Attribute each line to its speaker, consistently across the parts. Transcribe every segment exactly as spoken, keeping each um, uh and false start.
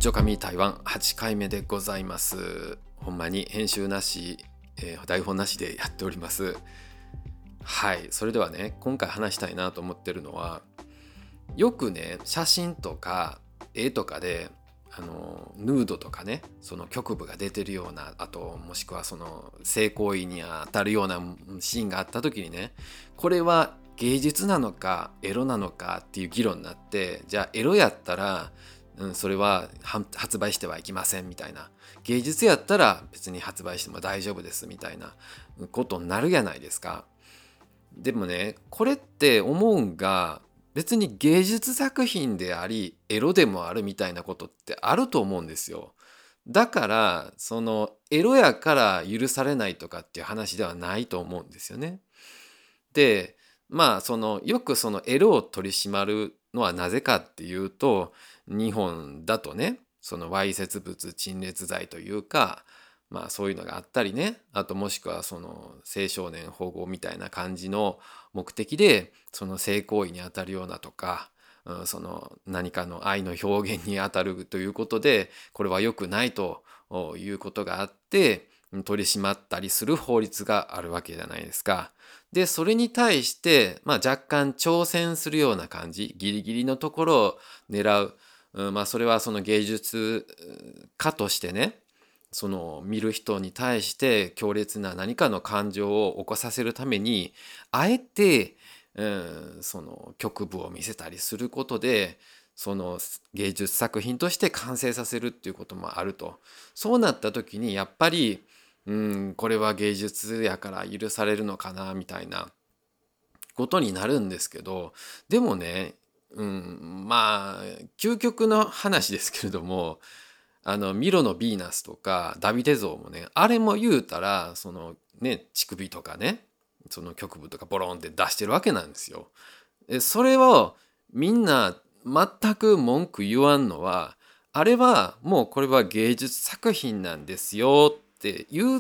Speaker 1: ジョカミ台湾はちかいめでございます。ほんまに編集なし、えー台本なしでやっております。はい、それではね、今回話したいなと思ってるのは、よくね、写真とか絵とかで、あのヌードとかね、その局部が出てるような、あともしくはその性行為に当たるようなシーンがあった時にね、これは芸術なのかエロなのかっていう議論になって、じゃあエロやったら、うん、それは発売してはいけませんみたいな、芸術やったら別に発売しても大丈夫ですみたいなことになるやないですか。でもね、これって思うんが、別に芸術作品でありエロでもあるみたいなことってあると思うんですよ。だからそのエロやから許されないとかっていう話ではないと思うんですよね。で、まあそのよくそのエロを取り締まるのはなぜかっていうと、日本だとね、そのわいせつ物陳列罪というか、まあそういうのがあったりね、あともしくはその青少年保護みたいな感じの目的でその性行為にあたるようなとか、うん、その何かの愛の表現にあたるということで、これは良くないということがあって取り締まったりする法律があるわけじゃないですか。で、それに対して、まあ、若干挑戦するような感じ、ギリギリのところを狙う、うん、まあそれはその芸術家としてね、その見る人に対して強烈な何かの感情を起こさせるために、あえて、うん、その局部を見せたりすることで、その芸術作品として完成させるっていうこともあると。そうなった時にやっぱり、うん、これは芸術やから許されるのかなみたいなことになるんですけど、でもね、うん、まあ究極の話ですけれども、あのミロのヴィーナスとかダビデ像もね、あれも言うたらそのね、乳首とかね、その局部とかボロンって出してるわけなんですよ。それをみんな全く文句言わんのは、あれはもうこれは芸術作品なんですよって言って、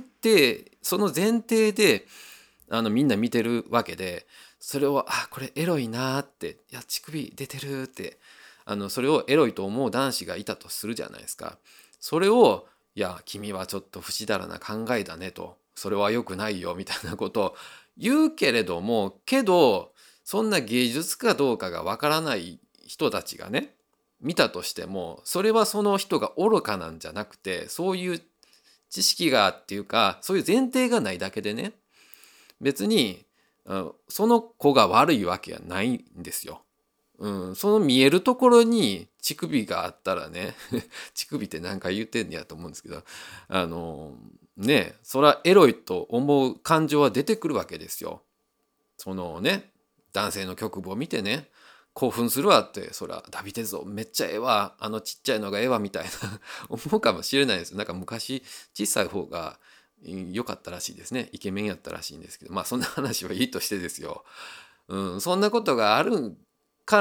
Speaker 1: その前提であのみんな見てるわけで、それをあこれエロいなって、いや乳首出てるって、あのそれをエロいと思う男子がいたとするじゃないですか。それをいや君はちょっと不死だらな考えだねと、それは良くないよみたいなことを言うけれども、けどそんな芸術かどうかがわからない人たちがね、見たとしても、それはその人が愚かなんじゃなくて、そういう知識がっていうか、そういう前提がないだけでね、別にその子が悪いわけはないんですよ。うん、その見えるところに乳首があったらね乳首って何回言ってんやと思うんですけど、あのね、そらエロいと思う感情は出てくるわけですよ。そのね、男性の局部を見てね、興奮するわって、そらダビデ像めっちゃええわ、あのちっちゃいのがええわみたいな思うかもしれないです。なんか昔小さい方が良かったらしいですね。イケメンやったらしいんですけど、まあそんな話はいいとしてですよ。うん、そんなことがあるから、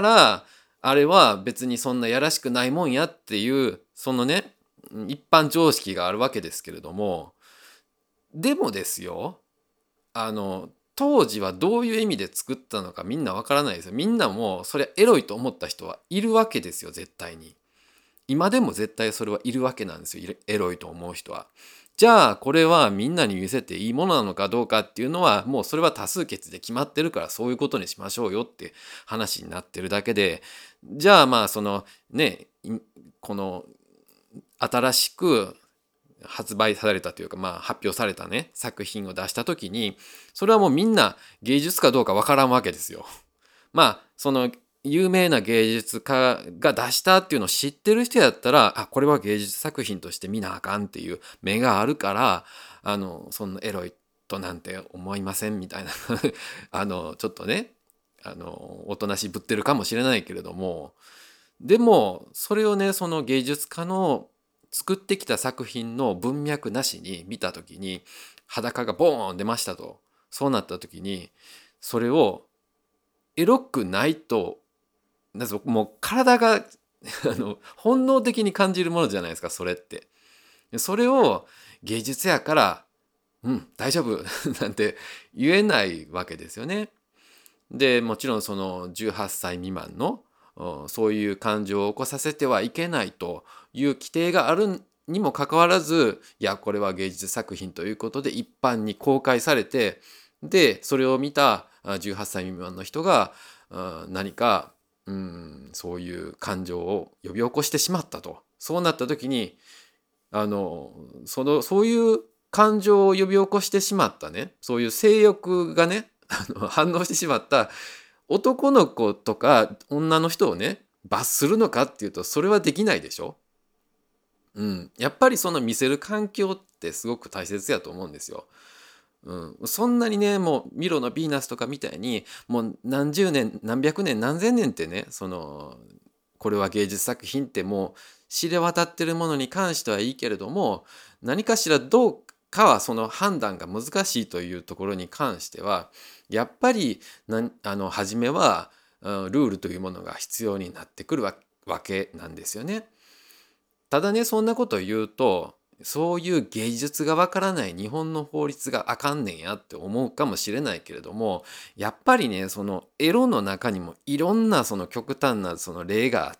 Speaker 1: あれは別にそんなやらしくないもんやっていう、そのね、一般常識があるわけですけれども、でもですよ、あの当時はどういう意味で作ったのかみんなわからないですよ。みんなもそれエロいと思った人はいるわけですよ、絶対に。今でも絶対それはいるわけなんですよ、エロいと思う人は。じゃあこれはみんなに見せていいものなのかどうかっていうのは、もうそれは多数決で決まってるから、そういうことにしましょうよって話になってるだけで、じゃあまあそのね、この新しく発売されたというか、まあ発表されたね作品を出した時に、それはもうみんな芸術かどうかわからんわけですよ。まあその有名な芸術家が出したっていうのを知ってる人やったら、あこれは芸術作品として見なあかんっていう目があるから、あのそんなエロいとなんて思いませんみたいなあのちょっとね、あのおとなしぶってるかもしれないけれども、でもそれをね、その芸術家の作ってきた作品の文脈なしに見た時に、裸がボーン出ましたと、そうなった時に、それをエロくないと、なんかもう体があの本能的に感じるものじゃないですか、それって。それを芸術やからうん大丈夫なんて言えないわけですよね。でもちろんそのじゅうはっさい未満のそういう感情を起こさせてはいけないという規定があるにもかかわらず、いやこれは芸術作品ということで一般に公開されて、でそれを見たじゅうはっさい未満の人が何かうんそういう感情を呼び起こしてしまったと。そうなった時にあのそのそういう感情を呼び起こしてしまったね、そういう性欲がねあの反応してしまった男の子とか女の人をね罰するのかっていうと、それはできないでしょ。うん、やっぱりその見せる環境ってすごく大切やと思うんですよ。うん、そんなにねもうミロのヴィーナスとかみたいにもう何十年何百年何千年ってね、そのこれは芸術作品ってもう知れ渡ってるものに関してはいいけれども、何かしらどうかはその判断が難しいというところに関してはやっぱりなあの初めはうんルールというものが必要になってくるわわけなんですよね。ただねそんなことを言うと、そういう芸術がわからない日本の法律があかんねんやって思うかもしれないけれども、やっぱりねそのエロの中にもいろんなその極端なその例があって、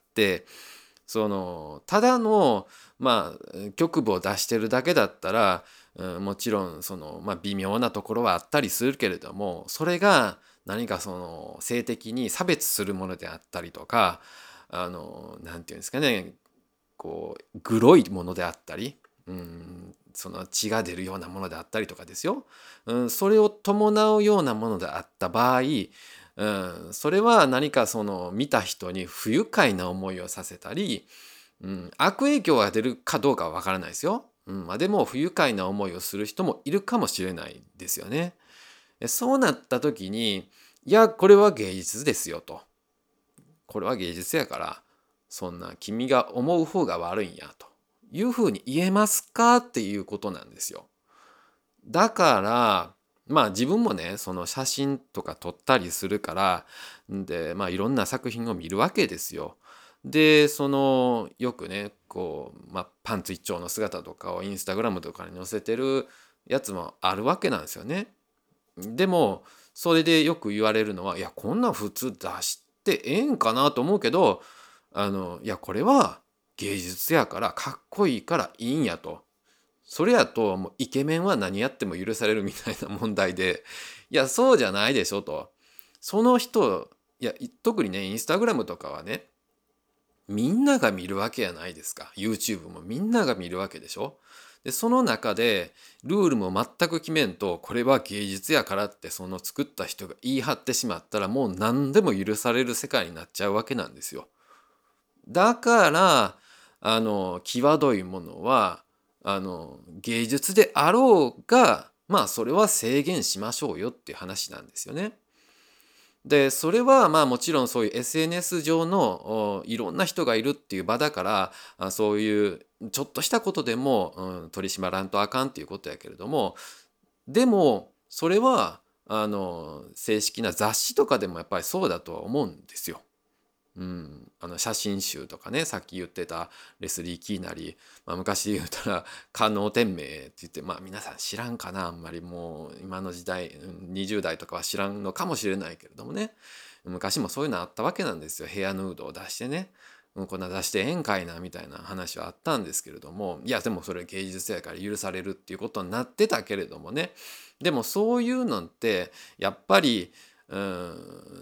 Speaker 1: そのただのまあ局部を出してるだけだったら、うん、もちろんその、まあ、微妙なところはあったりするけれども、それが何かその性的に差別するものであったりとか、あのなんていうんですかね、こうグロいものであったり、うん、その血が出るようなものであったりとかですよ、うん、それを伴うようなものであった場合、うん、それは何かその見た人に不愉快な思いをさせたり、うん、悪影響が出るかどうかはわからないですよ。うん、まあでも不愉快な思いをする人もいるかもしれないですよね。そうなった時に、いやこれは芸術ですよと。これは芸術やから、そんな君が思う方が悪いんやというふうに言えますかっていうことなんですよ。だからまあ自分もねその写真とか撮ったりするからで、まあいろんな作品を見るわけですよ。でそのよくねこう、まあ、パンツ一丁の姿とかをインスタグラムとかに載せてるやつもあるわけなんですよね。でもそれでよく言われるのは、いやこんなん普通出してええんかなと思うけど、あのいやこれは芸術やからかっこいいからいいんやと。それやともうイケメンは何やっても許されるみたいな問題で、いやそうじゃないでしょと。その人、いや特にねインスタグラムとかはねみんなが見るわけやないですか。 YouTube もみんなが見るわけでしょ。でその中でルールも全く決めんと、これは芸術やからってその作った人が言い張ってしまったらもう何でも許される世界になっちゃうわけなんですよ。だからあの際どいものはあの芸術であろうが、まあそれは制限しましょうよっていう話なんですよね。でそれはまあもちろんそういう エスエヌエス 上のいろんな人がいるっていう場だから、そういうちょっとしたことでも、うん、取り締まらんとあかんっていうことやけれども、でもそれはあの正式な雑誌とかでもやっぱりそうだとは思うんですよ。うん、あの写真集とかね、さっき言ってたレスリー・キーなり、まあ、昔で言うたら加納天明って言って、まあ皆さん知らんかな、あんまりもう今の時代にじゅう代とかは知らんのかもしれないけれどもね、昔もそういうのあったわけなんですよ。ヘアヌードを出してね、うん、こんな出してええんかいなみたいな話はあったんですけれども、いやでもそれ芸術やから許されるっていうことになってたけれどもね、でもそういうのってやっぱりうん、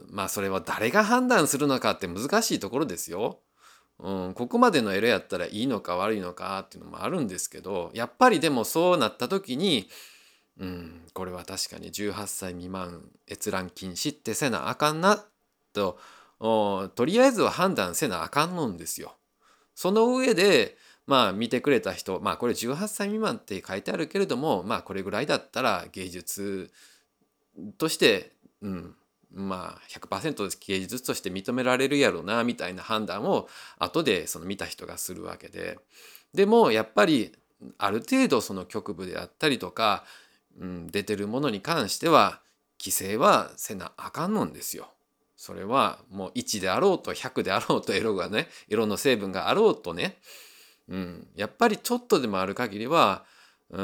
Speaker 1: まあそれは誰が判断するのかって難しいところですよ。うん、ここまでのエロやったらいいのか悪いのかっていうのもあるんですけど、やっぱりでもそうなった時に、うん、これは確かにじゅうはっさい未満閲覧禁止ってせなあかんなと、とりあえずは判断せなあかんのんですよ。その上でまあ見てくれた人、まあこれじゅうはっさい未満って書いてあるけれども、まあこれぐらいだったら芸術として、うん、まあ ひゃくパーセント 芸術として認められるやろうなみたいな判断を後でその見た人がするわけで、でもやっぱりある程度その局部であったりとか、うん、出てるものに関しては規制はせなあかんのんですよ。それはもういちであろうとひゃくであろうとエロがね、エロの成分があろうとね、うん、やっぱりちょっとでもある限りは、うん、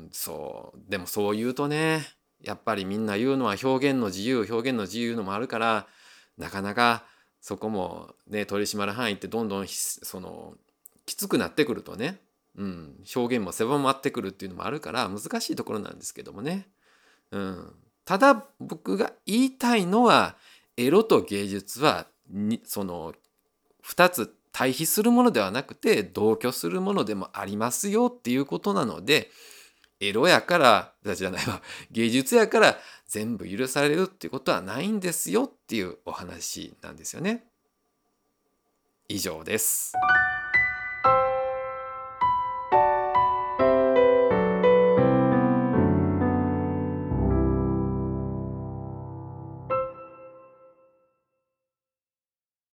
Speaker 1: そうでもそう言うとね、やっぱりみんな言うのは表現の自由表現の自由のもあるから、なかなかそこもね取り締まる範囲ってどんどんそのきつくなってくるとね、うん、表現も狭まってくるっていうのもあるから難しいところなんですけどもね、うん、ただ僕が言いたいのはエロと芸術はにそのふたつ対比するものではなくて同居するものでもありますよっていうことなので、エロやからじゃないわ芸術やから全部許されるっていうことはないんですよっていうお話なんですよね。以上です。